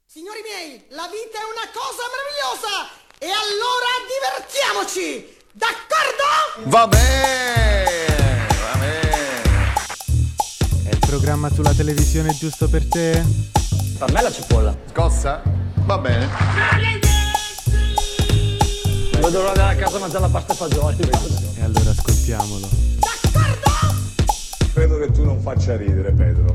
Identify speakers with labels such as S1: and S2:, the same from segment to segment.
S1: Signori miei, la vita è una cosa meravigliosa e allora divertiamoci, d'accordo?
S2: Va bene, va bene.
S3: È il programma sulla televisione giusto per te?
S4: Per me la cipolla.
S2: Scossa? Va bene.
S4: Non vedo l'ora andare a casa a mangiare la pasta e fagioli.
S3: E allora ascoltiamolo.
S1: D'accordo?
S5: Credo che tu non faccia ridere, Pedro.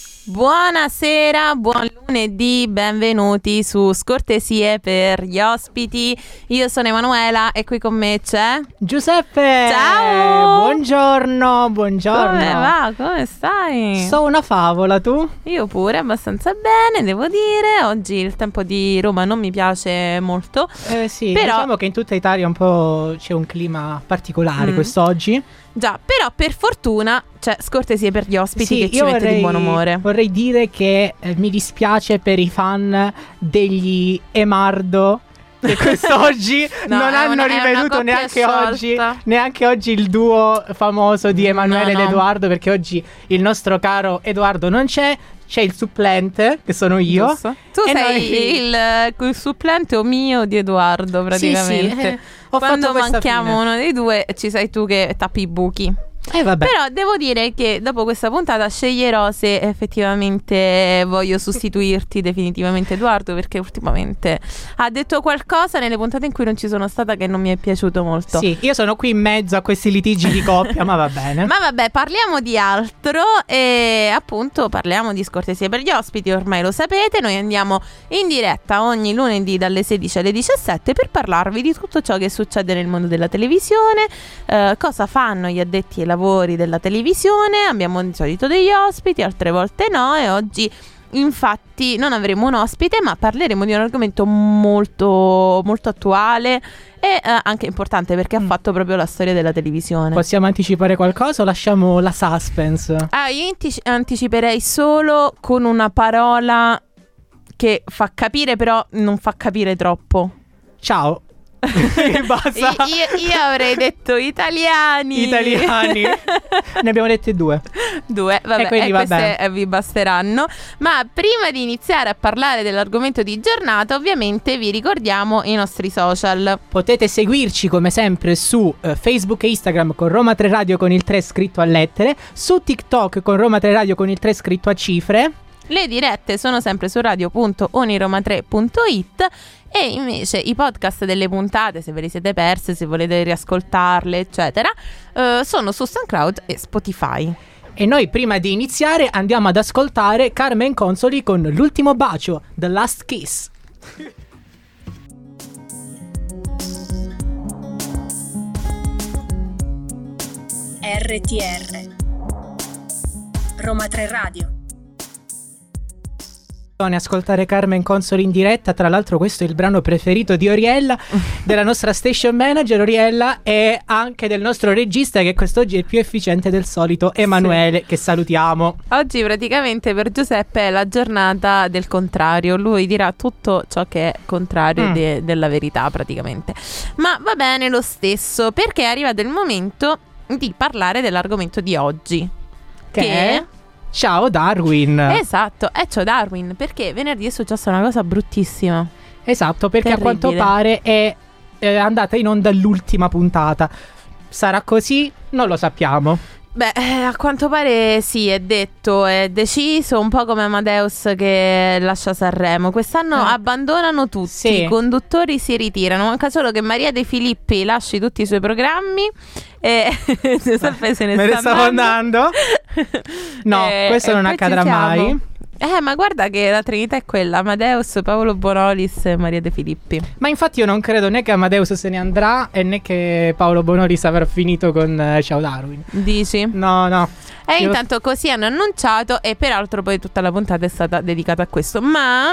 S6: Buonasera, buon lunedì, benvenuti su Scortesie per gli ospiti. Io sono Emanuela e qui con me c'è
S7: Giuseppe.
S6: Ciao.
S7: Buongiorno.
S6: Come va? Come stai?
S7: So una favola, tu?
S6: Io pure, abbastanza bene, devo dire. Oggi il tempo di Roma non mi piace molto.
S7: Sì,
S6: però
S7: diciamo che in tutta Italia un po' c'è un clima particolare quest'oggi.
S6: Già, però per fortuna c'è Scortesie per gli ospiti
S7: Sì,
S6: che ci mette di buon umore.
S7: Vorrei dire che mi dispiace per i fan degli Emardo che quest'oggi
S6: No,
S7: non
S6: è
S7: hanno
S6: una
S7: riveduto
S6: coppia
S7: neanche oggi il duo famoso di Emanuele
S6: No.
S7: ed Edoardo, perché oggi il nostro caro Edoardo non c'è il supplente che sono io.
S6: Giusto. Tu
S7: E
S6: sei il supplente o mio di Edoardo praticamente.
S7: Sì, ho
S6: Quando
S7: fatto questa
S6: manchiamo
S7: fine.
S6: uno dei due ci sei tu che tappi i buchi.
S7: Vabbè.
S6: Però devo dire che dopo questa puntata sceglierò se effettivamente voglio sostituirti definitivamente Edoardo, perché ultimamente ha detto qualcosa nelle puntate in cui non ci sono stata che non mi è piaciuto molto.
S7: Sì, io sono qui in mezzo a questi litigi di coppia, ma va bene.
S6: Ma vabbè, parliamo di altro e appunto parliamo di Scortesie per gli ospiti, ormai lo sapete, noi andiamo in diretta ogni lunedì dalle 16 alle 17 per parlarvi di tutto ciò che succede nel mondo della televisione, cosa fanno gli addetti ai lavori della televisione, abbiamo di solito degli ospiti, altre volte no, e oggi infatti non avremo un ospite ma parleremo di un argomento molto, molto attuale e anche importante perché ha fatto proprio la storia della televisione.
S7: Possiamo anticipare qualcosa o lasciamo la suspense?
S6: Io anticiperei solo con una parola che fa capire, però non fa capire troppo.
S7: Ciao. Basta.
S6: Io avrei detto italiani.
S7: Ne abbiamo dette due.
S6: Vabbè,
S7: E quindi va
S6: queste
S7: bene.
S6: vi basteranno. Ma prima di iniziare a parlare dell'argomento di giornata, ovviamente vi ricordiamo i nostri social.
S7: Potete seguirci come sempre su Facebook e Instagram con Roma 3 Radio con il 3 scritto a lettere, su TikTok con Roma 3 Radio con il 3 scritto a cifre.
S6: Le dirette sono sempre su radio.oniroma3.it e invece i podcast delle puntate, se ve le siete perse, se volete riascoltarle, eccetera, sono su SoundCloud e Spotify.
S7: E noi prima di iniziare andiamo ad ascoltare Carmen Consoli con L'ultimo bacio, The Last Kiss.
S8: RTR Roma 3 Radio.
S7: Ascoltare Carmen Consoli in diretta. Tra l'altro questo è il brano preferito di Oriella, della nostra station manager Oriella, e anche del nostro regista che quest'oggi è più efficiente del solito, Emanuele, che salutiamo.
S6: Oggi praticamente per Giuseppe è la giornata del contrario. Lui dirà tutto ciò che è contrario della verità praticamente. Ma va bene lo stesso, perché è arrivato il momento di parlare dell'argomento di oggi,
S7: Che è Ciao Darwin.
S6: Esatto, ciao Darwin, perché venerdì è successa una cosa bruttissima.
S7: Esatto, perché
S6: Terribile.
S7: a quanto pare è andata in onda l'ultima puntata. Sarà così? Non lo sappiamo.
S6: Beh, a quanto pare sì, è detto, è deciso, un po' come Amadeus che lascia Sanremo. Quest'anno abbandonano tutti,
S7: Sì.
S6: I conduttori si ritirano, manca solo che Maria De Filippi lasci tutti i suoi programmi e Giuseppe se ne
S7: Me
S6: sta
S7: ne stavo andando. No, questo non
S6: poi ci
S7: accadrà
S6: siamo.
S7: mai.
S6: Ma guarda che la Trinità è quella, Amadeus, Paolo Bonolis e Maria De Filippi.
S7: Ma infatti io non credo né che Amadeus se ne andrà e né che Paolo Bonolis avrà finito con Ciao Darwin.
S6: Dici?
S7: No.
S6: E
S7: Io-
S6: intanto così hanno annunciato e peraltro poi tutta la puntata è stata dedicata a questo. Ma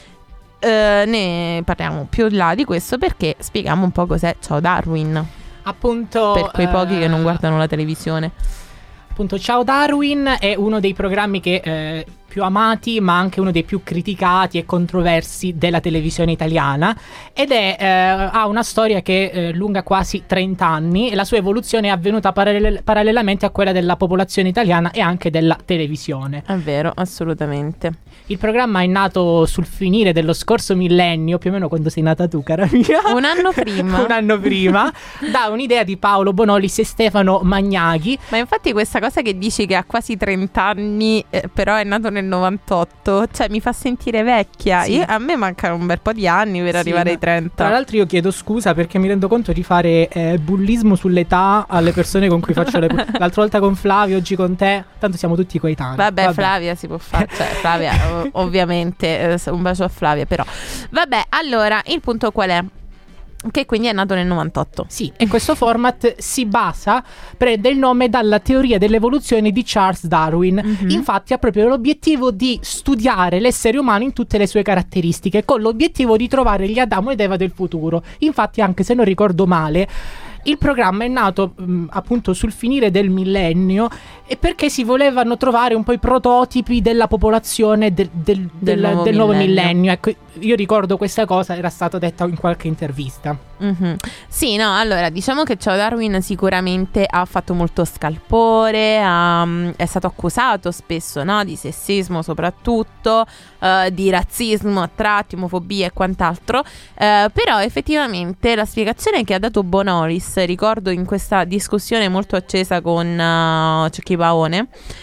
S6: ne parliamo più in là di questo perché spieghiamo un po' cos'è Ciao Darwin,
S7: Appunto,
S6: per quei pochi che non guardano la televisione.
S7: appunto, Ciao Darwin è uno dei programmi che più amati ma anche uno dei più criticati e controversi della televisione italiana, ed ha una storia che lunga quasi 30 anni, e la sua evoluzione è avvenuta parallelamente a quella della popolazione italiana e anche della televisione.
S6: È vero, assolutamente.
S7: Il programma è nato sul finire dello scorso millennio, più o meno quando sei nata tu, cara mia.
S6: Un anno prima.
S7: Un anno prima, da un'idea di Paolo Bonolis e Stefano Magnaghi.
S6: Ma infatti questa cosa che dici che ha quasi 30 anni, però è nato nel 98, cioè mi fa sentire vecchia.
S7: Sì.
S6: A me mancano un bel po' di anni per arrivare ai 30.
S7: Tra l'altro io chiedo scusa perché mi rendo conto di fare bullismo sull'età alle persone con cui faccio l'altra volta con Flavio, oggi con te, tanto siamo tutti coetanei.
S6: Vabbè. Flavia si può fare, cioè Flavia ovviamente, un bacio a Flavia, però vabbè, allora il punto qual è? Che quindi è nato nel 98.
S7: Sì, e questo format prende il nome dalla teoria dell'evoluzione di Charles Darwin. Infatti ha proprio l'obiettivo di studiare l'essere umano in tutte le sue caratteristiche, con l'obiettivo di trovare gli Adamo ed Eva del futuro. Infatti, anche se non ricordo male, il programma è nato appunto sul finire del millennio, e perché si volevano trovare un po' i prototipi della popolazione del nuovo millennio. Ecco, io ricordo questa cosa, era stata detta in qualche intervista.
S6: Sì, no, allora diciamo che Ciao Darwin sicuramente ha fatto molto scalpore, è stato accusato spesso, no, di sessismo soprattutto, di razzismo a tratti, omofobia e quant'altro, però effettivamente la spiegazione che ha dato Bonolis, ricordo in questa discussione molto accesa con Cecchi Paone,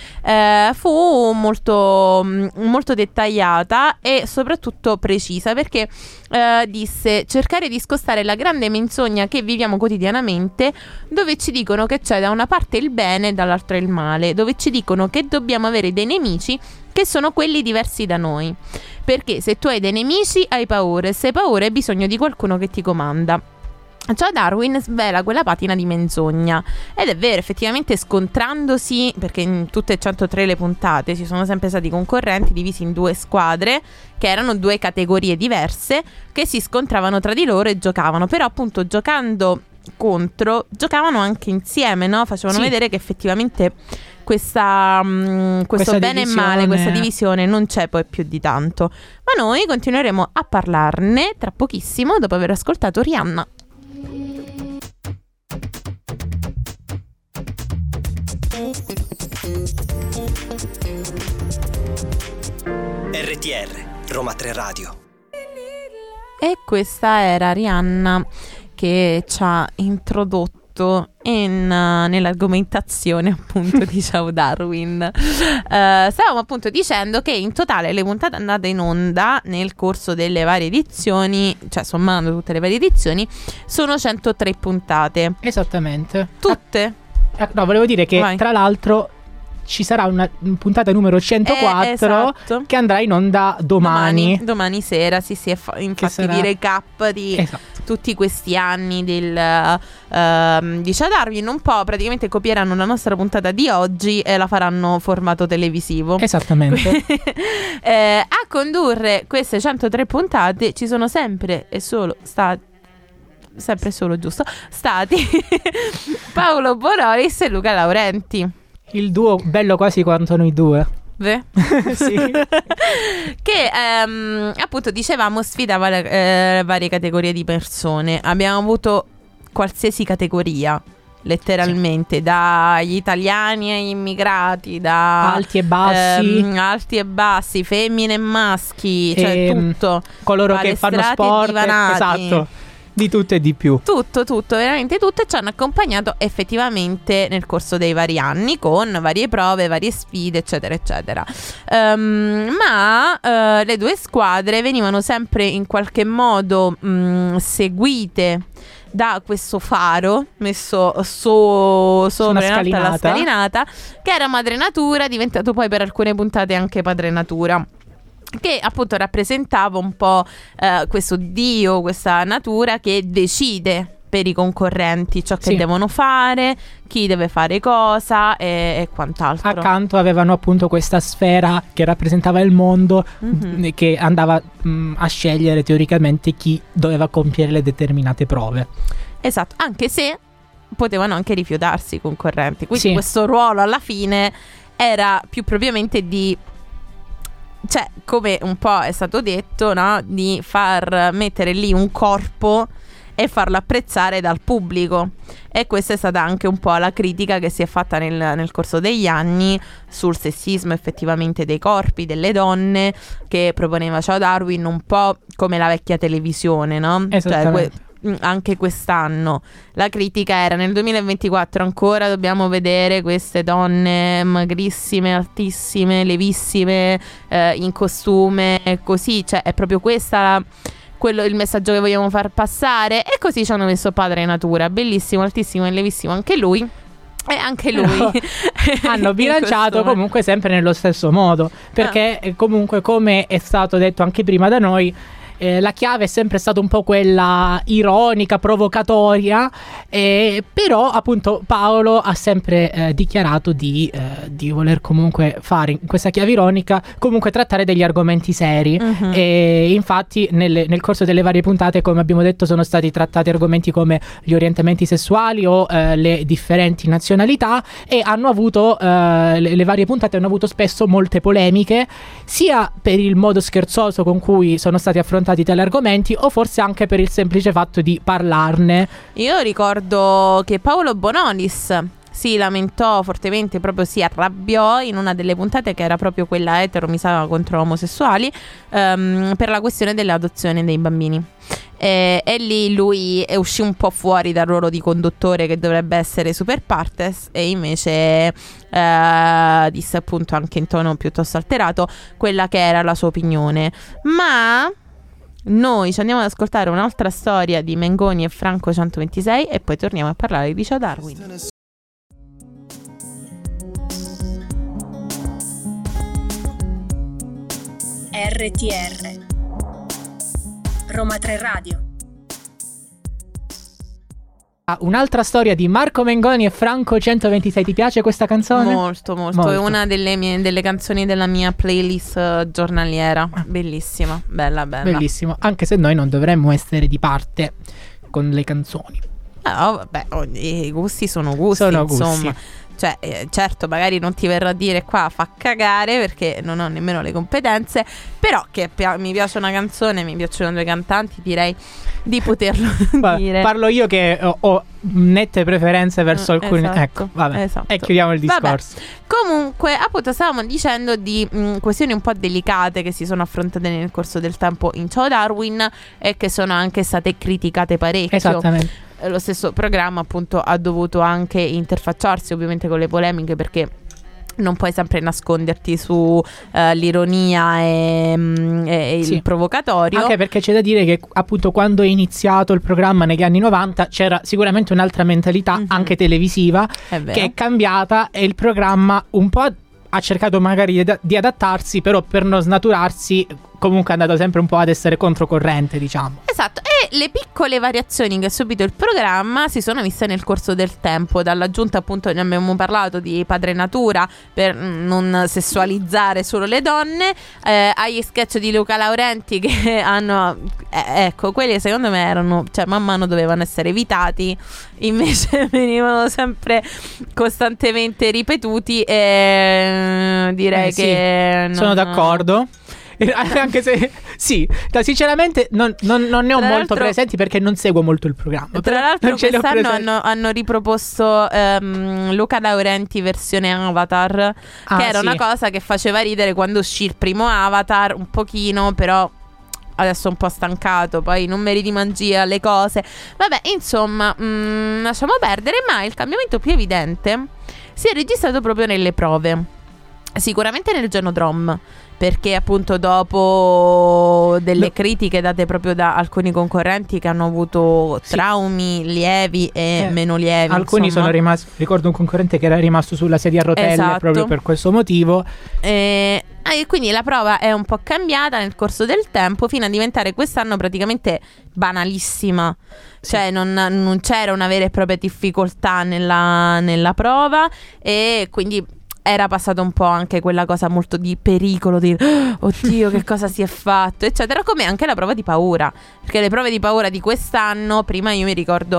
S6: fu molto dettagliata e soprattutto precisa, perché disse: cercare di scostare la grande menzogna che viviamo quotidianamente, dove ci dicono che c'è da una parte il bene e dall'altra il male, dove ci dicono che dobbiamo avere dei nemici che sono quelli diversi da noi, perché se tu hai dei nemici hai paura, e se hai paura hai bisogno di qualcuno che ti comanda. Ciao Darwin svela quella patina di menzogna, ed è vero, effettivamente scontrandosi, perché in tutte e 103 le puntate ci sono sempre stati concorrenti divisi in due squadre, che erano due categorie diverse, che si scontravano tra di loro e giocavano, però appunto giocando contro giocavano anche insieme, no? Facevano vedere che effettivamente questo bene e male, questa divisione non c'è poi più di tanto. Ma noi continueremo a parlarne tra pochissimo, dopo aver ascoltato Rihanna.
S9: RTR Roma 3 Radio.
S6: E questa era Rihanna, che ci ha introdotto nell'argomentazione appunto di Ciao Darwin. Stavamo appunto dicendo che in totale le puntate andate in onda nel corso delle varie edizioni, cioè sommando tutte le varie edizioni, sono 103 puntate.
S7: Esattamente.
S6: Tutte?
S7: No, volevo dire che tra l'altro ci sarà una puntata numero 104
S6: esatto,
S7: che andrà in onda domani
S6: sera, sì, infatti sarà di recap di tutti questi anni di Ciao Darwin. Un po' praticamente copieranno la nostra puntata di oggi e la faranno formato televisivo.
S7: Esattamente.
S6: A condurre queste 103 puntate ci sono sempre e solo stati Paolo Bonolis e Luca Laurenti.
S7: Il duo bello quasi quanto noi due.
S6: Sì. Che appunto dicevamo sfidava varie categorie di persone. Abbiamo avuto qualsiasi categoria, letteralmente, dagli italiani agli immigrati, da
S7: alti e bassi,
S6: femmine e maschi, cioè tutto,
S7: coloro che fanno sport, esatto, di tutto e di più. Tutto,
S6: veramente tutto, e ci hanno accompagnato effettivamente nel corso dei vari anni con varie prove, varie sfide, eccetera, eccetera. Ma le due squadre venivano sempre in qualche modo seguite da questo faro messo sopra la scalinata, che era Madre Natura, diventato poi per alcune puntate anche Padre Natura, che appunto rappresentava un po' questo dio, questa natura che decide per i concorrenti ciò che devono fare, chi deve fare cosa e quant'altro.
S7: Accanto avevano appunto questa sfera che rappresentava il mondo, che andava a scegliere teoricamente chi doveva compiere le determinate prove.
S6: Esatto, anche se potevano anche rifiutarsi i concorrenti, quindi questo ruolo alla fine era più propriamente di cioè, come un po' è stato detto, no? Di far mettere lì un corpo e farlo apprezzare dal pubblico. E questa è stata anche un po' la critica che si è fatta nel corso degli anni sul sessismo effettivamente dei corpi delle donne, che proponeva Ciao Darwin un po' come la vecchia televisione, no?
S7: Esattamente.
S6: Cioè, anche quest'anno la critica era: nel 2024 ancora dobbiamo vedere queste donne magrissime, altissime, levissime, in costume, così, cioè è proprio questa quello il messaggio che vogliamo far passare. E così ci hanno messo Padre Natura, bellissimo, altissimo e levissimo anche lui. E anche lui
S7: hanno bilanciato comunque sempre nello stesso modo, perché comunque, come è stato detto anche prima da noi, la chiave è sempre stata un po' quella ironica, provocatoria, però appunto Paolo ha sempre dichiarato di voler comunque fare in questa chiave ironica comunque trattare degli argomenti seri. E infatti nel corso delle varie puntate, come abbiamo detto, sono stati trattati argomenti come gli orientamenti sessuali o le differenti nazionalità, e hanno avuto le varie puntate hanno avuto spesso molte polemiche, sia per il modo scherzoso con cui sono stati affrontati tali argomenti, o forse anche per il semplice fatto di parlarne.
S6: Io ricordo che Paolo Bonolis si lamentò fortemente, proprio si arrabbiò in una delle puntate, che era proprio quella etero, mi sa, contro omosessuali, per la questione dell'adozione dei bambini. E lì lui uscì un po' fuori dal ruolo di conduttore, che dovrebbe essere super partes, e invece disse appunto, anche in tono piuttosto alterato, quella che era la sua opinione. Ma noi ci andiamo ad ascoltare un'altra storia di Mengoni e Franco 126 e poi torniamo a parlare di Ciao Darwin.
S8: RTR Roma 3 Radio.
S7: Un'altra storia di Marco Mengoni e Franco 126. Ti piace questa canzone?
S6: Molto. È una delle canzoni della mia playlist giornaliera. Bellissima, bella.
S7: Bellissimo, anche se noi non dovremmo essere di parte con le canzoni.
S6: Vabbè, i gusti sono gusti, insomma. Cioè, certo, magari non ti verrò a dire qua fa cagare, perché non ho nemmeno le competenze, però che mi piace una canzone, mi piacciono due cantanti, direi di poterlo dire. Parlo
S7: io che ho nette preferenze verso alcuni.
S6: Esatto,
S7: ecco, vabbè.
S6: Esatto.
S7: E chiudiamo il discorso.
S6: Vabbè. Comunque, appunto, stavamo dicendo di questioni un po' delicate che si sono affrontate nel corso del tempo in Ciao Darwin, e che sono anche state criticate parecchio.
S7: Esattamente.
S6: Lo stesso programma appunto ha dovuto anche interfacciarsi ovviamente con le polemiche, perché non puoi sempre nasconderti su l'ironia e il provocatorio.
S7: Anche perché c'è da dire che appunto quando è iniziato il programma negli anni 90 c'era sicuramente un'altra mentalità anche televisiva, che è cambiata, e il programma un po' ha cercato magari di adattarsi, però per non snaturarsi comunque è andato sempre un po' ad essere controcorrente, diciamo.
S6: Esatto, e le piccole variazioni che ha subito il programma si sono viste nel corso del tempo, dall'aggiunta, appunto, ne abbiamo parlato, di Padre Natura per non sessualizzare solo le donne, agli sketch di Luca Laurenti che hanno ecco, quelli secondo me erano, cioè man mano dovevano essere evitati, invece venivano sempre costantemente ripetuti, e direi che
S7: sono d'accordo. Anche se sì, sinceramente non ne ho molto presenti, perché non seguo molto il programma.
S6: Tra l'altro quest'anno hanno riproposto Luca Laurenti versione Avatar, che era una cosa che faceva ridere quando uscì il primo Avatar, un pochino, però adesso è un po' stancato, poi i numeri di magia, le cose, vabbè, insomma, lasciamo perdere. Ma il cambiamento più evidente si è registrato proprio nelle prove, sicuramente nel Genodrome, perché appunto dopo delle critiche date proprio da alcuni concorrenti che hanno avuto traumi lievi e meno lievi,
S7: alcuni
S6: insomma.
S7: Sono rimasti, ricordo un concorrente che era rimasto sulla sedia a rotelle,
S6: esatto,
S7: proprio per questo motivo,
S6: e quindi la prova è un po' cambiata nel corso del tempo, fino a diventare quest'anno praticamente banalissima. Cioè non c'era una vera e propria difficoltà nella prova, e quindi era passato un po' anche quella cosa molto di pericolo, di oddio che cosa si è fatto, eccetera, come anche la prova di paura, perché le prove di paura di quest'anno, prima io mi ricordo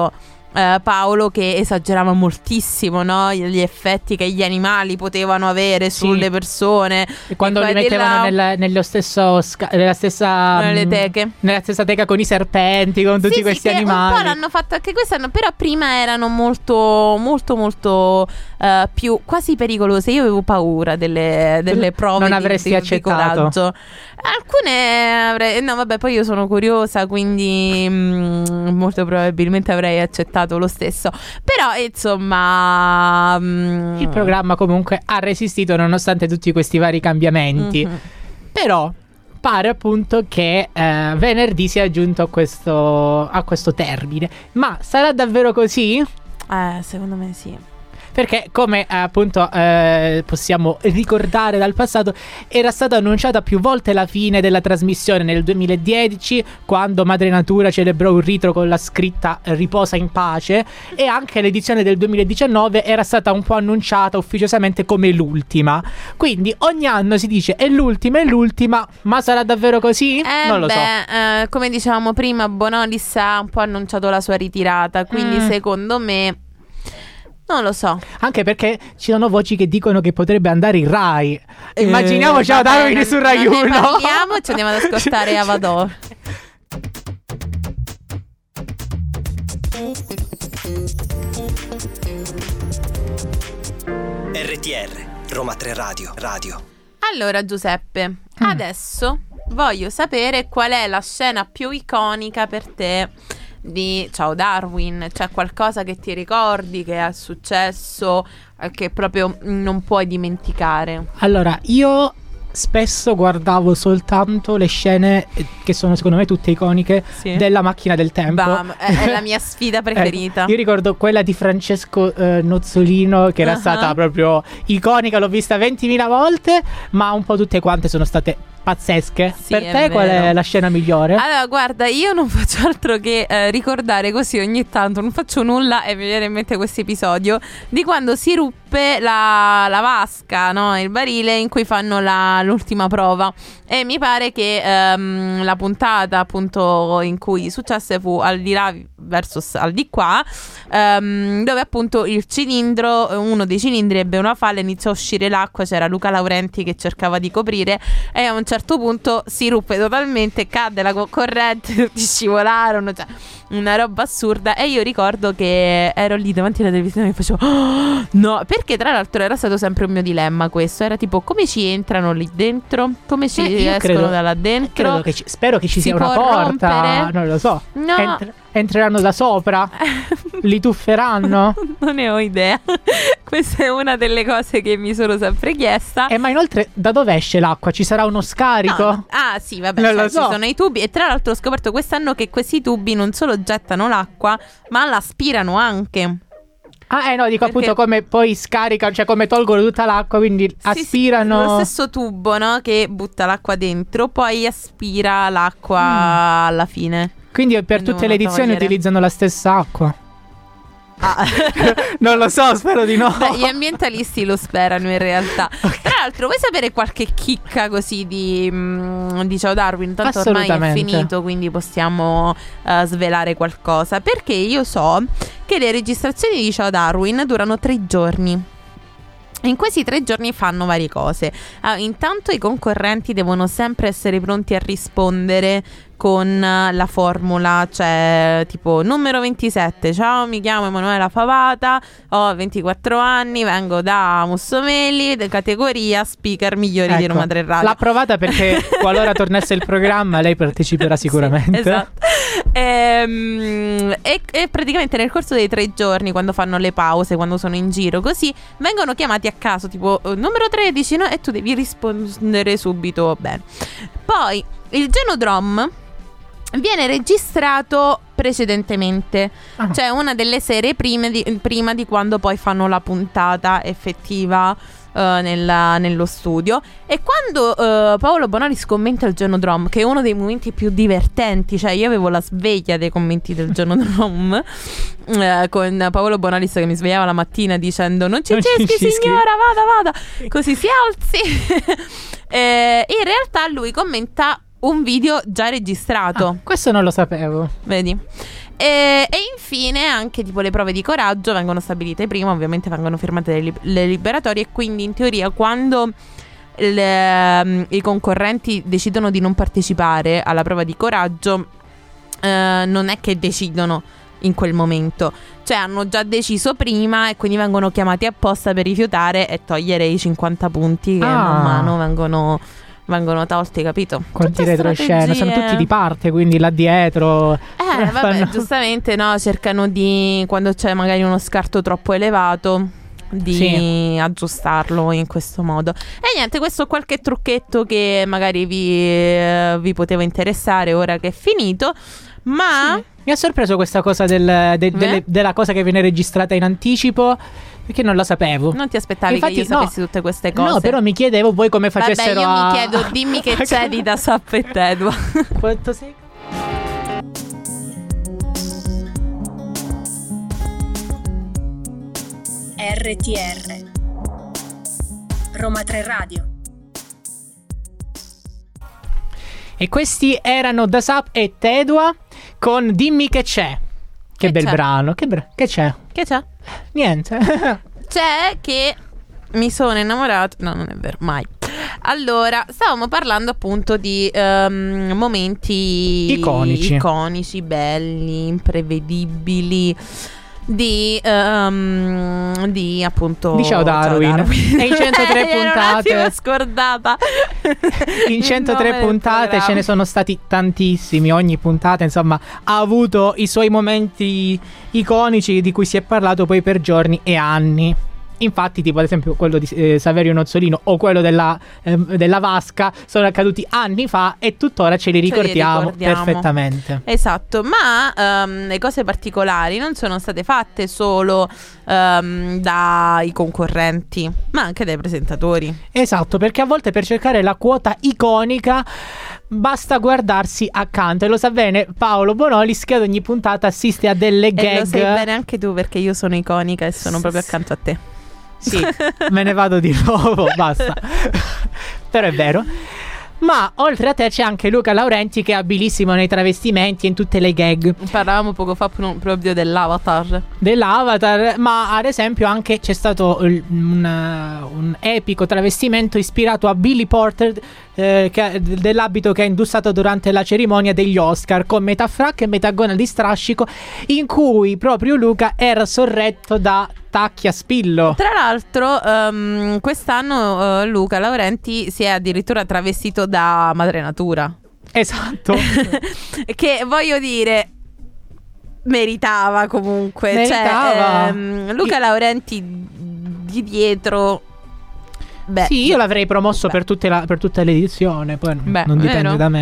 S6: Paolo che esagerava moltissimo, no? Gli effetti che gli animali potevano avere sulle persone.
S7: E quando li mettevano nello stesso nella stessa teca con i serpenti, con tutti questi animali.
S6: Un po' l'hanno fatto anche quest'anno, però prima erano molto più quasi pericolose. Io avevo paura delle prove.
S7: Non avresti accettato?
S6: Alcune avrei. No, vabbè, poi io sono curiosa, quindi molto probabilmente avrei accettato lo stesso. Però insomma
S7: il programma comunque ha resistito nonostante tutti questi vari cambiamenti. Però pare appunto che venerdì sia giunto a questo termine. Ma sarà davvero così?
S6: Secondo me sì.
S7: Perché come appunto possiamo ricordare dal passato, era stata annunciata più volte la fine della trasmissione nel 2010, quando Madre Natura celebrò un rito con la scritta "Riposa in pace", e anche l'edizione del 2019 era stata un po' annunciata ufficiosamente come l'ultima. Quindi ogni anno si dice è l'ultima, ma sarà davvero così? Non lo so.
S6: Come dicevamo prima, Bonolis ha un po' annunciato la sua ritirata, quindi secondo me non lo so.
S7: Anche perché ci sono voci che dicono che potrebbe andare in Rai. Immaginiamo Ciao Darwin su Rai 1.
S6: Parliamo, ci andiamo ad ascoltare Avador.
S9: RTR Roma 3 Radio.
S6: Allora Giuseppe, adesso voglio sapere qual è la scena più iconica per te di Ciao Darwin. C'è qualcosa che ti ricordi che è successo, che proprio non puoi dimenticare?
S7: Allora, io spesso guardavo soltanto le scene che sono secondo me tutte iconiche della macchina del tempo.
S6: Bam, è la mia sfida preferita.
S7: Io ricordo quella di Francesco Nozzolino, che era stata proprio iconica, l'ho vista 20.000 volte, ma un po' tutte quante sono state pazzesche. Per te qual è la scena migliore?
S6: Allora guarda, io non faccio altro che ricordare così ogni tanto, non faccio nulla e mi viene in mente questo episodio di quando si ruppe la vasca, no? Il barile in cui fanno l'ultima prova, e mi pare che la puntata appunto in cui successe fu al di là versus al di qua, dove appunto il cilindro, uno dei cilindri ebbe una falla, iniziò a uscire l'acqua, c'era Luca Laurenti che cercava di coprire e a un certo punto si ruppe totalmente, cadde la corrente, tutti scivolarono, cioè una roba assurda. E io ricordo che ero lì davanti alla televisione e facevo no, perché tra l'altro era stato sempre un mio dilemma questo, era tipo come ci entrano lì dentro, come ci escono da là dentro.
S7: Spero che ci sia una porta rompere. Non lo so,
S6: no.
S7: Entreranno da sopra, li tufferanno.
S6: Non ne ho idea. Questa è una delle cose che mi sono sempre chiesta.
S7: Ma inoltre da dove esce l'acqua? Ci sarà uno scarico?
S6: No. Ah sì, vabbè, cioè, ci sono i tubi. E tra l'altro ho scoperto quest'anno che questi tubi non solo gettano l'acqua, ma l'aspirano anche.
S7: No, dico appunto come poi scaricano, cioè come tolgono tutta l'acqua, quindi aspirano.
S6: Lo stesso tubo, no, che butta l'acqua dentro, poi aspira l'acqua alla fine.
S7: Quindi per tutte le edizioni utilizzano la stessa acqua. Non lo so, spero di no.
S6: Beh, gli ambientalisti lo sperano in realtà. Tra l'altro, vuoi sapere qualche chicca così di Ciao Darwin? Tanto ormai è finito, quindi possiamo svelare qualcosa. Perché io so che le registrazioni di Ciao Darwin durano 3 giorni. In questi 3 giorni fanno varie cose. Intanto i concorrenti devono sempre essere pronti a rispondere con la formula, cioè tipo numero 27: ciao, mi chiamo Emanuela Favata, ho 24 anni, vengo da Mussomelli, categoria speaker migliori di Roma 3 Radio.
S7: L'ha provata perché qualora tornasse il programma lei parteciperà sicuramente.
S6: Sì, esatto. E praticamente nel corso dei 3 giorni, quando fanno le pause, quando sono in giro così, vengono chiamati a caso, tipo numero 13, no? E tu devi rispondere subito bene. Poi il Genodrome viene registrato precedentemente, cioè una delle sere prima di quando poi fanno la puntata effettiva nello studio. E quando Paolo Bonolis commenta il Genodrome, che è uno dei momenti più divertenti, cioè io avevo la sveglia dei commenti del Genodrome con Paolo Bonolis che mi svegliava la mattina dicendo non ci cischi signora, vada, così si alzi. In realtà lui commenta un video già registrato.
S7: Questo non lo sapevo.
S6: Vedi? E infine anche tipo le prove di coraggio vengono stabilite prima, ovviamente vengono firmate le liberatorie, e quindi in teoria quando i concorrenti decidono di non partecipare alla prova di coraggio, non è che decidono in quel momento, cioè hanno già deciso prima e quindi vengono chiamati apposta per rifiutare e togliere i 50 punti che man mano vengono tolti, capito?
S7: Quanti retroscena, sono tutti di parte, quindi là dietro
S6: vabbè, giustamente, no, cercano di, quando c'è magari uno scarto troppo elevato, di aggiustarlo in questo modo. E niente, questo è qualche trucchetto che magari vi poteva interessare ora che è finito. Ma
S7: mi ha sorpreso questa cosa della cosa che viene registrata in anticipo, perché non la sapevo.
S6: Non ti aspettavi
S7: Infatti,
S6: che io sapessi tutte queste cose?
S7: No, però mi chiedevo voi come facessero.
S6: Vabbè, io mi chiedo, dimmi che c'è di Da Sap e Tedua.
S7: Quanto sei?
S8: RTR Roma 3 Radio.
S7: E questi erano Da Sap e Tedua con Dimmi che c'è. Che bel brano. Che c'è?
S6: Che c'è?
S7: Niente.
S6: C'è che mi sono innamorato. No, non è vero, mai. Allora, stavamo parlando appunto di momenti iconici, belli, imprevedibili, di appunto
S7: di Ciao Darwin. E in 103 puntate
S6: ero scordata.
S7: In 103 puntate ce ne sono stati tantissimi. Ogni puntata insomma ha avuto i suoi momenti iconici di cui si è parlato poi per giorni e anni. Infatti, tipo ad esempio quello di Saverio Nozzolino o quello della vasca sono accaduti anni fa e tuttora ce li ricordiamo perfettamente.
S6: Esatto, ma le cose particolari non sono state fatte solo dai concorrenti, ma anche dai presentatori.
S7: Esatto, perché a volte per cercare la quota iconica basta guardarsi accanto, e lo sa bene Paolo Bonolis, che ad ogni puntata assiste a delle gag.
S6: E lo sai bene anche tu, perché io sono iconica e sono proprio accanto a te.
S7: Sì, me ne vado di nuovo, basta. Però è vero. Ma oltre a te c'è anche Luca Laurenti, che è abilissimo nei travestimenti e in tutte le gag.
S6: Parlavamo poco fa proprio dell'Avatar,
S7: ma ad esempio anche c'è stato un epico travestimento ispirato a Billy Porter, dell'abito che ha indossato durante la cerimonia degli Oscar, con metà frac e metà gonna di strascico, in cui proprio Luca era sorretto da tacchi a spillo.
S6: Tra l'altro quest'anno Luca Laurenti si è addirittura travestito da Madre Natura.
S7: Esatto.
S6: Che voglio dire, meritava comunque.
S7: Meritava.
S6: Cioè, Luca Laurenti di dietro. Beh,
S7: sì, io l'avrei promosso per tutta l'edizione. Poi non dipende da me.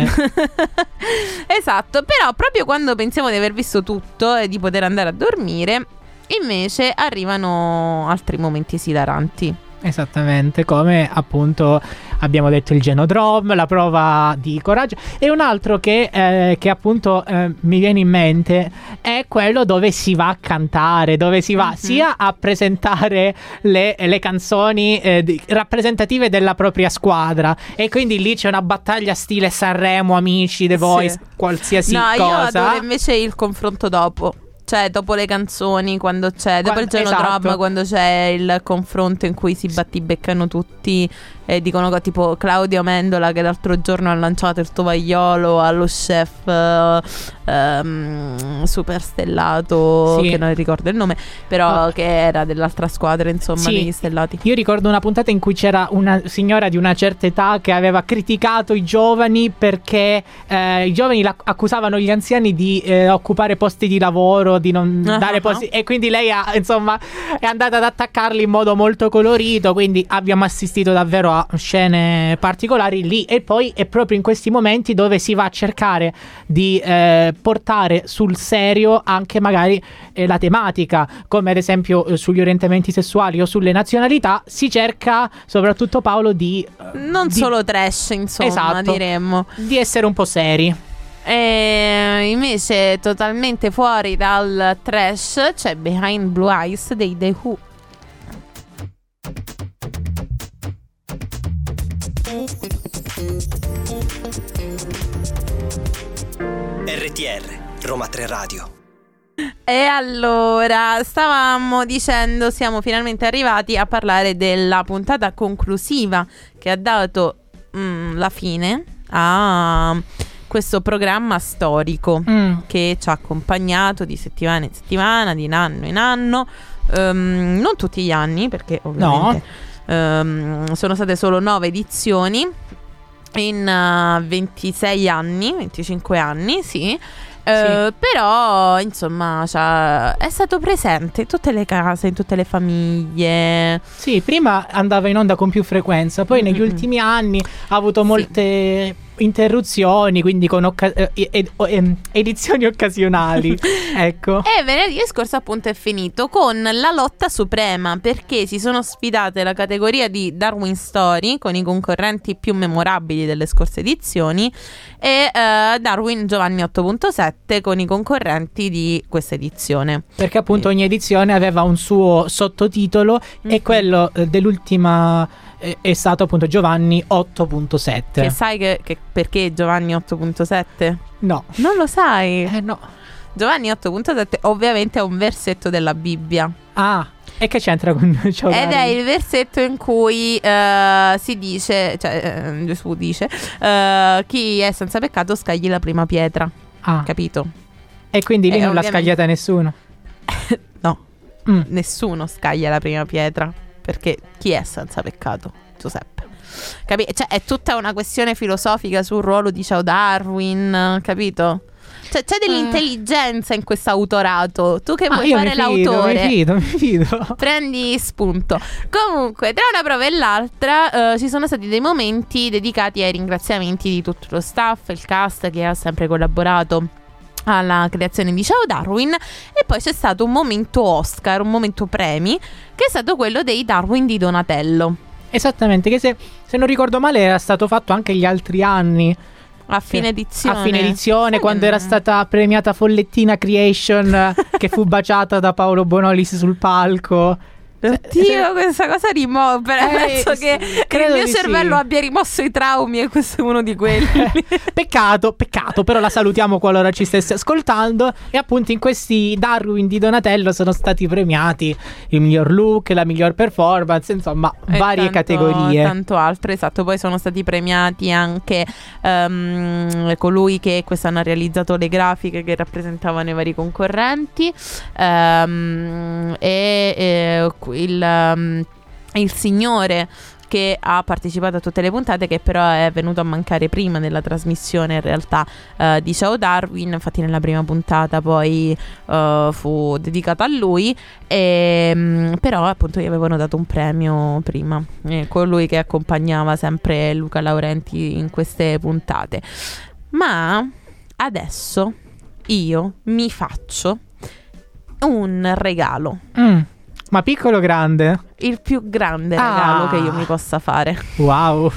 S6: Esatto. Però proprio quando pensiamo di aver visto tutto e di poter andare a dormire, invece arrivano altri momenti esilaranti.
S7: Esattamente, come appunto abbiamo detto il Genodrome, la prova di coraggio. E un altro che appunto mi viene in mente è quello dove si va a cantare, dove si va sia a presentare le canzoni rappresentative della propria squadra, e quindi lì c'è una battaglia stile Sanremo, Amici, The Voice, qualsiasi cosa.
S6: Io adoro invece il confronto dopo. Cioè dopo le canzoni, quando c'è dopo il Genodrome, esatto, quando c'è il confronto in cui si battibeccano tutti e dicono tipo Claudio Amendola, che l'altro giorno ha lanciato il tovagliolo allo chef super stellato, che non ricordo il nome, però che era dell'altra squadra, insomma, degli stellati.
S7: Io ricordo una puntata in cui c'era una signora di una certa età che aveva criticato i giovani perché i giovani accusavano gli anziani di occupare posti di lavoro, di non dare posti, e quindi lei è andata ad attaccarli in modo molto colorito. Quindi abbiamo assistito davvero a scene particolari lì, e poi è proprio in questi momenti dove si va a cercare di portare sul serio anche magari la tematica, come ad esempio sugli orientamenti sessuali o sulle nazionalità. Si cerca soprattutto, Paolo, di
S6: solo trash, insomma,
S7: esatto,
S6: diremmo,
S7: di essere un po' seri.
S6: E invece totalmente fuori dal trash c'è Behind Blue Eyes dei The Who.
S9: RTR Roma 3 Radio.
S6: E allora, stavamo dicendo, siamo finalmente arrivati a parlare della puntata conclusiva che ha dato la fine a questo programma storico che ci ha accompagnato di settimana in settimana, di anno in anno, non tutti gli anni, perché ovviamente sono state solo 9 edizioni in 26 anni, 25 anni, sì. Però insomma è stato presente in tutte le case, in tutte le famiglie.
S7: Sì, prima andava in onda con più frequenza, poi negli ultimi anni ha avuto molte interruzioni, quindi con edizioni occasionali. Ecco.
S6: E venerdì scorso appunto è finito con la lotta suprema, perché si sono sfidate la categoria di Darwin Story con i concorrenti più memorabili delle scorse edizioni e Darwin Giovanni 8.7 con i concorrenti di questa edizione,
S7: perché appunto ogni edizione aveva un suo sottotitolo e quello dell'ultima è stato appunto Giovanni 8.7.
S6: Che sai che perché Giovanni 8.7?
S7: No.
S6: Non lo sai?
S7: No.
S6: Giovanni 8.7 ovviamente è un versetto della Bibbia.
S7: Ah, e che c'entra con ciò?
S6: Ed è il versetto in cui si dice, cioè Gesù dice, chi è senza peccato scagli la prima pietra.
S7: Ah.
S6: Capito?
S7: E quindi lì non l'ha
S6: ovviamente
S7: scagliata nessuno?
S6: No, nessuno scaglia la prima pietra, perché chi è senza peccato? Giuseppe. Cioè è tutta una questione filosofica sul ruolo di Ciao Darwin, capito? Cioè c'è dell'intelligenza in questo autorato. Tu che vuoi fare l'autore,
S7: mi fido.
S6: prendi spunto. Comunque, tra una prova e l'altra ci sono stati dei momenti dedicati ai ringraziamenti di tutto lo staff, il cast che ha sempre collaborato alla creazione di Ciao Darwin, e poi c'è stato un momento Oscar, un momento premi, che è stato quello dei Darwin di Donatello.
S7: Esattamente, che se non ricordo male era stato fatto anche gli altri anni.
S6: A fine edizione.
S7: A fine edizione, quando era stata premiata Follettina Creation, che fu baciata da Paolo Bonolis sul palco.
S6: Oddio, questa cosa penso che il mio cervello abbia rimosso i traumi, e questo è uno di quelli.
S7: Peccato, però la salutiamo qualora ci stesse ascoltando. E appunto in questi Darwin di Donatello sono stati premiati il miglior look, la miglior performance, insomma varie categorie.
S6: Tanto altro, esatto. Poi sono stati premiati anche colui che quest'anno ha realizzato le grafiche che rappresentavano i vari concorrenti, il signore che ha partecipato a tutte le puntate, che però è venuto a mancare prima della trasmissione in realtà di Ciao Darwin. Infatti nella prima puntata poi fu dedicata a lui, però appunto gli avevano dato un premio prima, colui che accompagnava sempre Luca Laurenti in queste puntate. Ma adesso io mi faccio un regalo.
S7: Ma piccolo o grande?
S6: Il più grande regalo che io mi possa fare.
S7: Wow.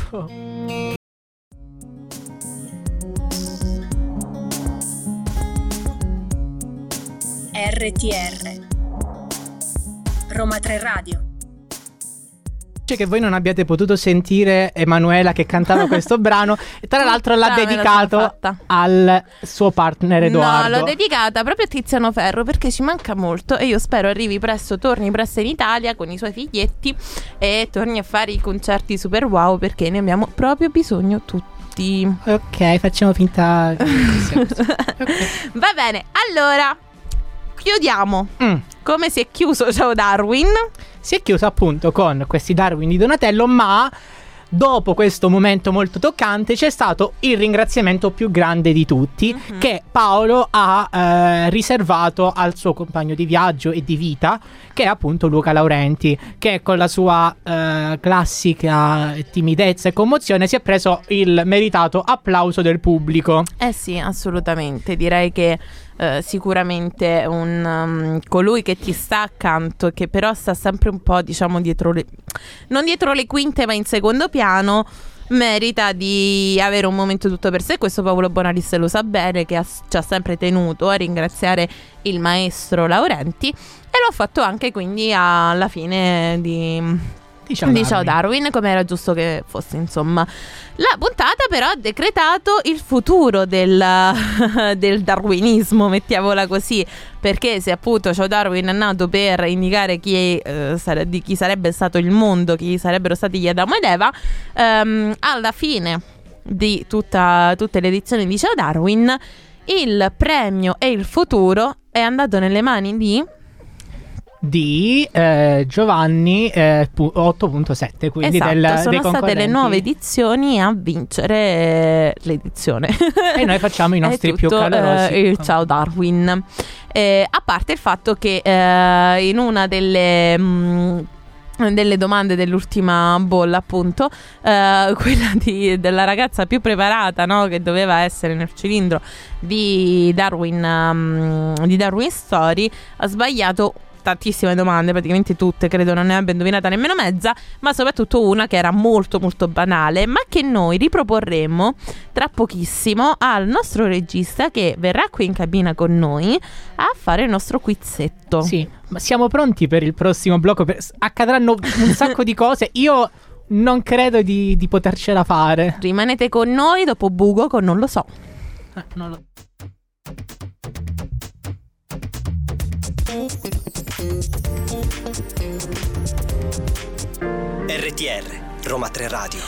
S8: RTR Roma 3 Radio.
S7: Che voi non abbiate potuto sentire Emanuela che cantava questo brano, e tra l'altro l'ha dedicato al suo partner Edoardo.
S6: No, l'ho dedicata proprio a Tiziano Ferro, perché ci manca molto e io spero arrivi presto, torni presto in Italia con i suoi figlietti e torni a fare i concerti super wow, perché ne abbiamo proprio bisogno tutti.
S7: Ok, facciamo finta. Okay.
S6: Va bene, allora chiudiamo. Come si è chiuso Ciao Darwin?
S7: Si è chiuso appunto con questi Darwin di Donatello, ma dopo questo momento molto toccante c'è stato il ringraziamento più grande di tutti, che Paolo ha riservato al suo compagno di viaggio e di vita, che è appunto Luca Laurenti, che con la sua classica timidezza e commozione si è preso il meritato applauso del pubblico.
S6: Sì, assolutamente, direi che sicuramente colui che ti sta accanto, che però sta sempre un po', diciamo, non dietro le quinte ma in secondo piano, merita di avere un momento tutto per sé. Questo Paolo Bonolis lo sa bene, che ci ha sempre tenuto a ringraziare il maestro Laurenti, e l'ho fatto anche quindi alla fine
S7: di Ciao
S6: Darwin, come era giusto che fosse, insomma. La puntata però ha decretato il futuro del darwinismo, mettiamola così, perché se appunto Ciao Darwin è nato per indicare di chi sarebbe stato il mondo, chi sarebbero stati gli Adamo ed Eva, alla fine di tutte le edizioni di Ciao Darwin il premio e il futuro è andato nelle mani di
S7: Giovanni 8.7, quindi
S6: esatto, sono
S7: dei
S6: state le nuove edizioni a vincere l'edizione
S7: e noi facciamo i nostri
S6: è tutto,
S7: più calorosi
S6: il Ciao Darwin, a parte il fatto che in una delle domande dell'ultima bolla, appunto, quella della ragazza più preparata, no? Che doveva essere nel cilindro di Darwin Story, ha sbagliato tantissime domande, praticamente tutte, credo non ne abbia indovinata nemmeno mezza, ma soprattutto una che era molto molto banale, ma che noi riproporremo tra pochissimo al nostro regista che verrà qui in cabina con noi a fare il nostro quizzetto.
S7: Sì, ma siamo pronti per il prossimo blocco? Accadranno un sacco di cose, io non credo di potercela fare.
S6: Rimanete con noi dopo Bugo con Non lo so.
S7: Non lo...
S9: RTR, Roma 3 Radio.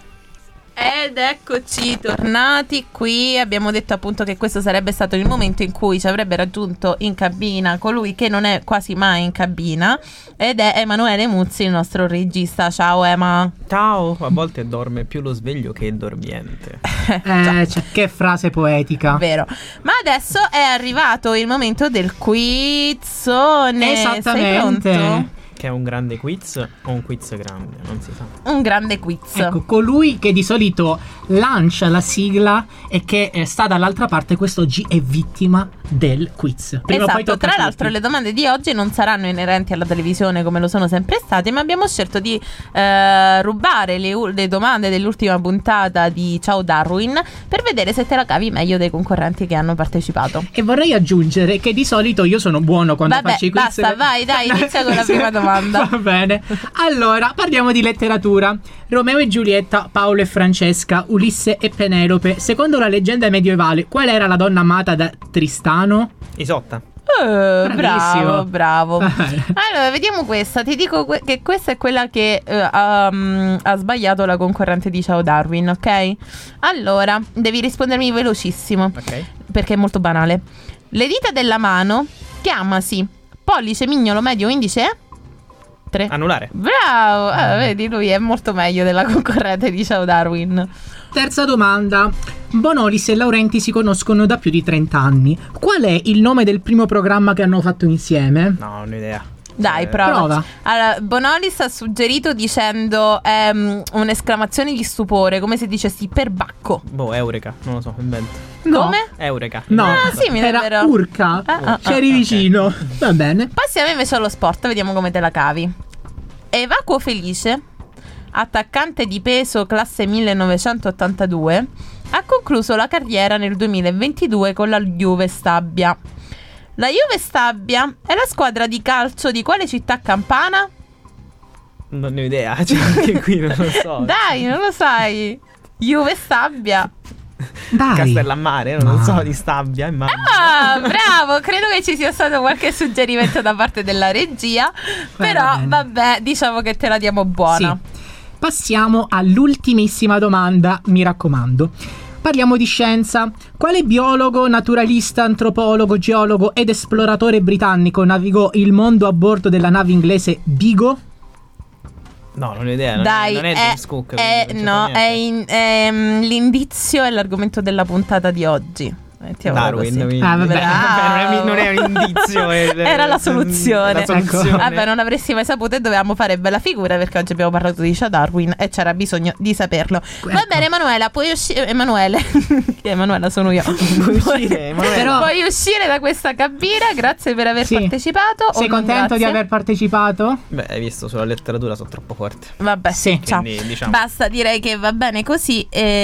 S6: Ed eccoci tornati qui. Abbiamo detto appunto che questo sarebbe stato il momento in cui ci avrebbe raggiunto in cabina colui che non è quasi mai in cabina, ed è Emanuele Muzzi, il nostro regista. Ciao Ema.
S10: Ciao. A volte dorme più lo sveglio che il dormiente.
S7: Che frase poetica.
S6: Vero. Ma adesso è arrivato il momento del quizzone.
S7: Esattamente.
S6: Sei pronto?
S10: Che è un grande quiz o un quiz grande, non si sa.
S6: Un grande quiz.
S7: Ecco, colui che di solito lancia la sigla e che sta dall'altra parte quest'oggi è vittima del quiz. Prima o poi
S6: esatto,
S7: tocca
S6: tra
S7: a
S6: l'altro
S7: tutti.
S6: le domande di oggi non saranno inerenti alla televisione come lo sono sempre state, ma abbiamo scelto di rubare le domande dell'ultima puntata di Ciao Darwin per vedere se te la cavi meglio dei concorrenti che hanno partecipato.
S7: E vorrei aggiungere che di solito io sono buono quando faccio i quiz.
S6: Basta, vai, dai, inizia con la prima domanda.
S7: Va bene. Allora, parliamo di letteratura. Romeo e Giulietta, Paolo e Francesca, Ulisse e Penelope. Secondo la leggenda medievale, qual era la donna amata da Tristano?
S10: Isotta.
S6: Bravo. Allora, vediamo questa. Ti dico che questa è quella che ha sbagliato la concorrente di Ciao Darwin, ok? Allora, devi rispondermi velocissimo,
S10: Ok.
S6: perché è molto banale. Le dita della mano chiamasi pollice, mignolo, medio, indice? 3.
S10: Annullare.
S6: Bravo. Vedi, lui è molto meglio della concorrente di Ciao Darwin.
S7: Terza domanda. Bonolis e Laurenti si conoscono da più di 30 anni. Qual è il nome del primo programma che hanno fatto insieme?
S10: No, non ho idea.
S6: Dai, prova. Allora, Bonolis ha suggerito dicendo un'esclamazione di stupore, come se dicessi perbacco.
S10: Boh, Eureka, non lo so, invento.
S7: No.
S6: Come?
S10: Eureka.
S7: No,
S6: simile,
S7: era
S6: però.
S7: Urca. C'eri vicino. Va bene.
S6: Passiamo invece allo sport, vediamo come te la cavi. Evacuo Felice, attaccante di peso classe 1982, ha concluso la carriera nel 2022 con la Juve Stabia. La Juve Stabia è la squadra di calcio di quale città campana?
S10: Non ne ho idea, cioè anche qui non lo so.
S6: Dai, non lo sai. Juve Stabia.
S7: Dai.
S10: Castellammare, non lo so, di Stabia, immagino.
S6: Ah, bravo, credo che ci sia stato qualche suggerimento da parte della regia. Però
S7: bene.
S6: vabbè, diciamo che te la diamo buona.
S7: Sì. Passiamo all'ultimissima domanda, mi raccomando. Parliamo di scienza. Quale biologo, naturalista, antropologo, geologo ed esploratore britannico navigò il mondo a bordo della nave inglese Beagle?
S10: No, non ho idea.
S6: Dai,
S10: non è James Cook.
S6: no, l'indizio è l'argomento della puntata di oggi.
S10: Darwin.
S6: Così.
S7: Ah, vabbè.
S6: Bravo.
S10: Non è un indizio.
S6: Era la soluzione.
S10: La soluzione.
S7: Ecco.
S6: Vabbè, non avresti mai saputo e dovevamo fare bella figura perché oggi abbiamo parlato di Ciao Darwin e c'era bisogno di saperlo. Va
S7: Ecco.
S6: bene, Emanuela, puoi uscire. Emanuele, che Emanuela sono io.
S7: Però-
S6: Puoi uscire da questa cabina. Grazie per aver
S7: Sì.
S6: partecipato. o
S7: Sei
S6: non
S7: contento di
S6: grazie?
S7: aver partecipato?
S10: Beh, hai visto, sulla letteratura sono troppo forte.
S6: Vabbè,
S7: Sì.
S6: ciao.
S10: Quindi, diciamo.
S6: Basta, direi che va bene così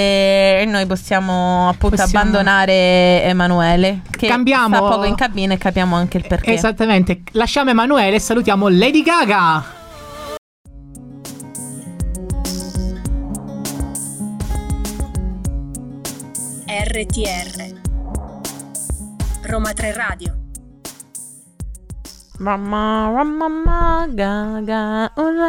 S6: e noi possiamo appunto abbandonare Emanuele, che
S7: Cambiamo.
S6: sta poco in cabina e capiamo anche il perché.
S7: Esattamente. Lasciamo Emanuele e salutiamo Lady Gaga.
S8: RTR Roma 3 Radio.
S6: Mamma, gaga,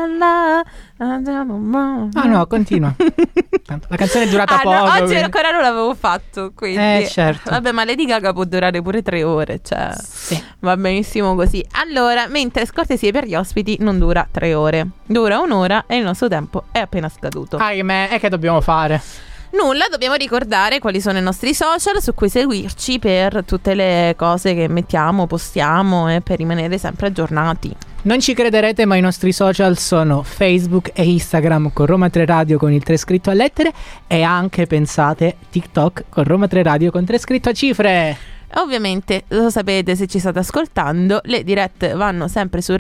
S7: Ah no, continua. Tanto la canzone è durata poco.
S6: No, oggi
S7: quindi.
S6: ancora non l'avevo fatto, quindi
S7: Certo.
S6: vabbè, ma Lady Gaga può durare pure 3 ore, cioè
S7: Sì.
S6: va benissimo così. Allora, mentre scortesie per gli ospiti non dura 3 ore, dura 1 ora e il nostro tempo è appena scaduto.
S7: Ahimè, e che dobbiamo fare?
S6: Nulla, dobbiamo ricordare quali sono i nostri social su cui seguirci per tutte le cose che mettiamo, postiamo e per rimanere sempre aggiornati.
S7: Non ci crederete, ma i nostri social sono Facebook e Instagram con Roma 3 Radio con il 3 scritto a lettere e anche, pensate, TikTok con Roma 3 Radio con 3 scritto a cifre.
S6: Ovviamente lo sapete se ci state ascoltando, le dirette vanno sempre su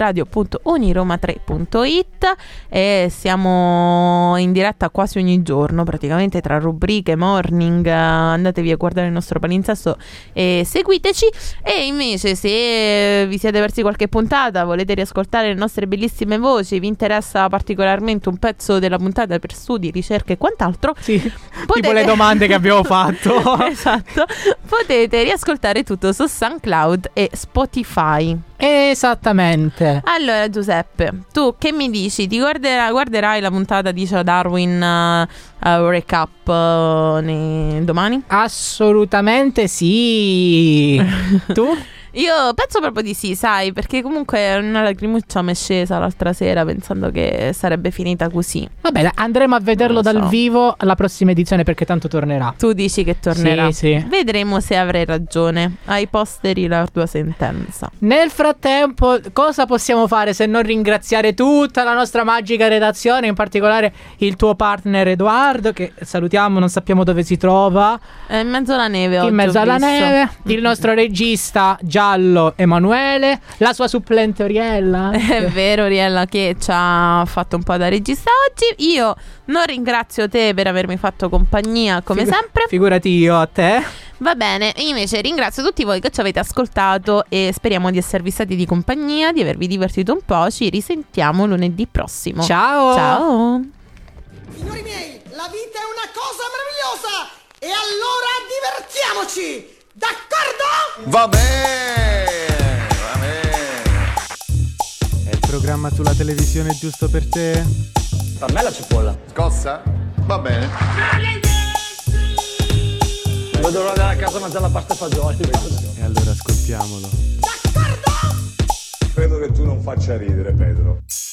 S6: radio.uniroma3.it e siamo in diretta quasi ogni giorno, praticamente tra rubriche, morning, andatevi a guardare il nostro palinsesto e seguiteci. E invece se vi siete persi qualche puntata, volete riascoltare le nostre bellissime voci, vi interessa particolarmente un pezzo della puntata per studi, ricerche e quant'altro,
S7: Sì, tipo le domande che abbiamo fatto.
S6: Esatto, potete riascoltare tutto su SoundCloud e Spotify.
S7: Esattamente.
S6: Allora Giuseppe, tu che mi dici? Ti guarderai la puntata di Ciao Darwin recap domani?
S7: Assolutamente sì. Tu?
S6: Io penso proprio di sì, sai, perché comunque una lacrimuccia mi è scesa l'altra sera pensando che sarebbe finita così.
S7: Vabbè, andremo a vederlo
S6: Non lo
S7: dal
S6: so.
S7: vivo alla prossima edizione perché tanto tornerà.
S6: Tu dici che tornerà?
S7: Sì.
S6: Vedremo se avrai ragione. Ai posteri la tua sentenza.
S7: Nel frattempo, cosa possiamo fare se non ringraziare tutta la nostra magica redazione, in particolare il tuo partner Edoardo, che salutiamo, non sappiamo dove si trova.
S6: È in mezzo alla neve oggi.
S7: In mezzo
S6: ho
S7: alla
S6: visto.
S7: neve, il nostro regista giallo Emanuele, la sua supplente Oriella.
S6: È vero, Riella, che ci ha fatto un po' da regista oggi. Io non ringrazio te per avermi fatto compagnia come sempre.
S7: Figurati io a te.
S6: Va bene, invece ringrazio tutti voi che ci avete ascoltato e speriamo di esservi stati di compagnia, di avervi divertito un po'. Ci risentiamo lunedì prossimo.
S7: Ciao.
S6: Ciao.
S1: Signori miei, la vita è una cosa meravigliosa e allora divertiamoci! D'accordo?
S2: Va bene, va bene.
S3: È il programma sulla televisione giusto per te?
S4: Per me la cipolla.
S2: Scossa? Va bene.
S4: Non vedo l'ora della casa a mangiare la pasta e fagioli.
S3: E allora ascoltiamolo.
S1: D'accordo?
S5: Credo che tu non faccia ridere, Pedro.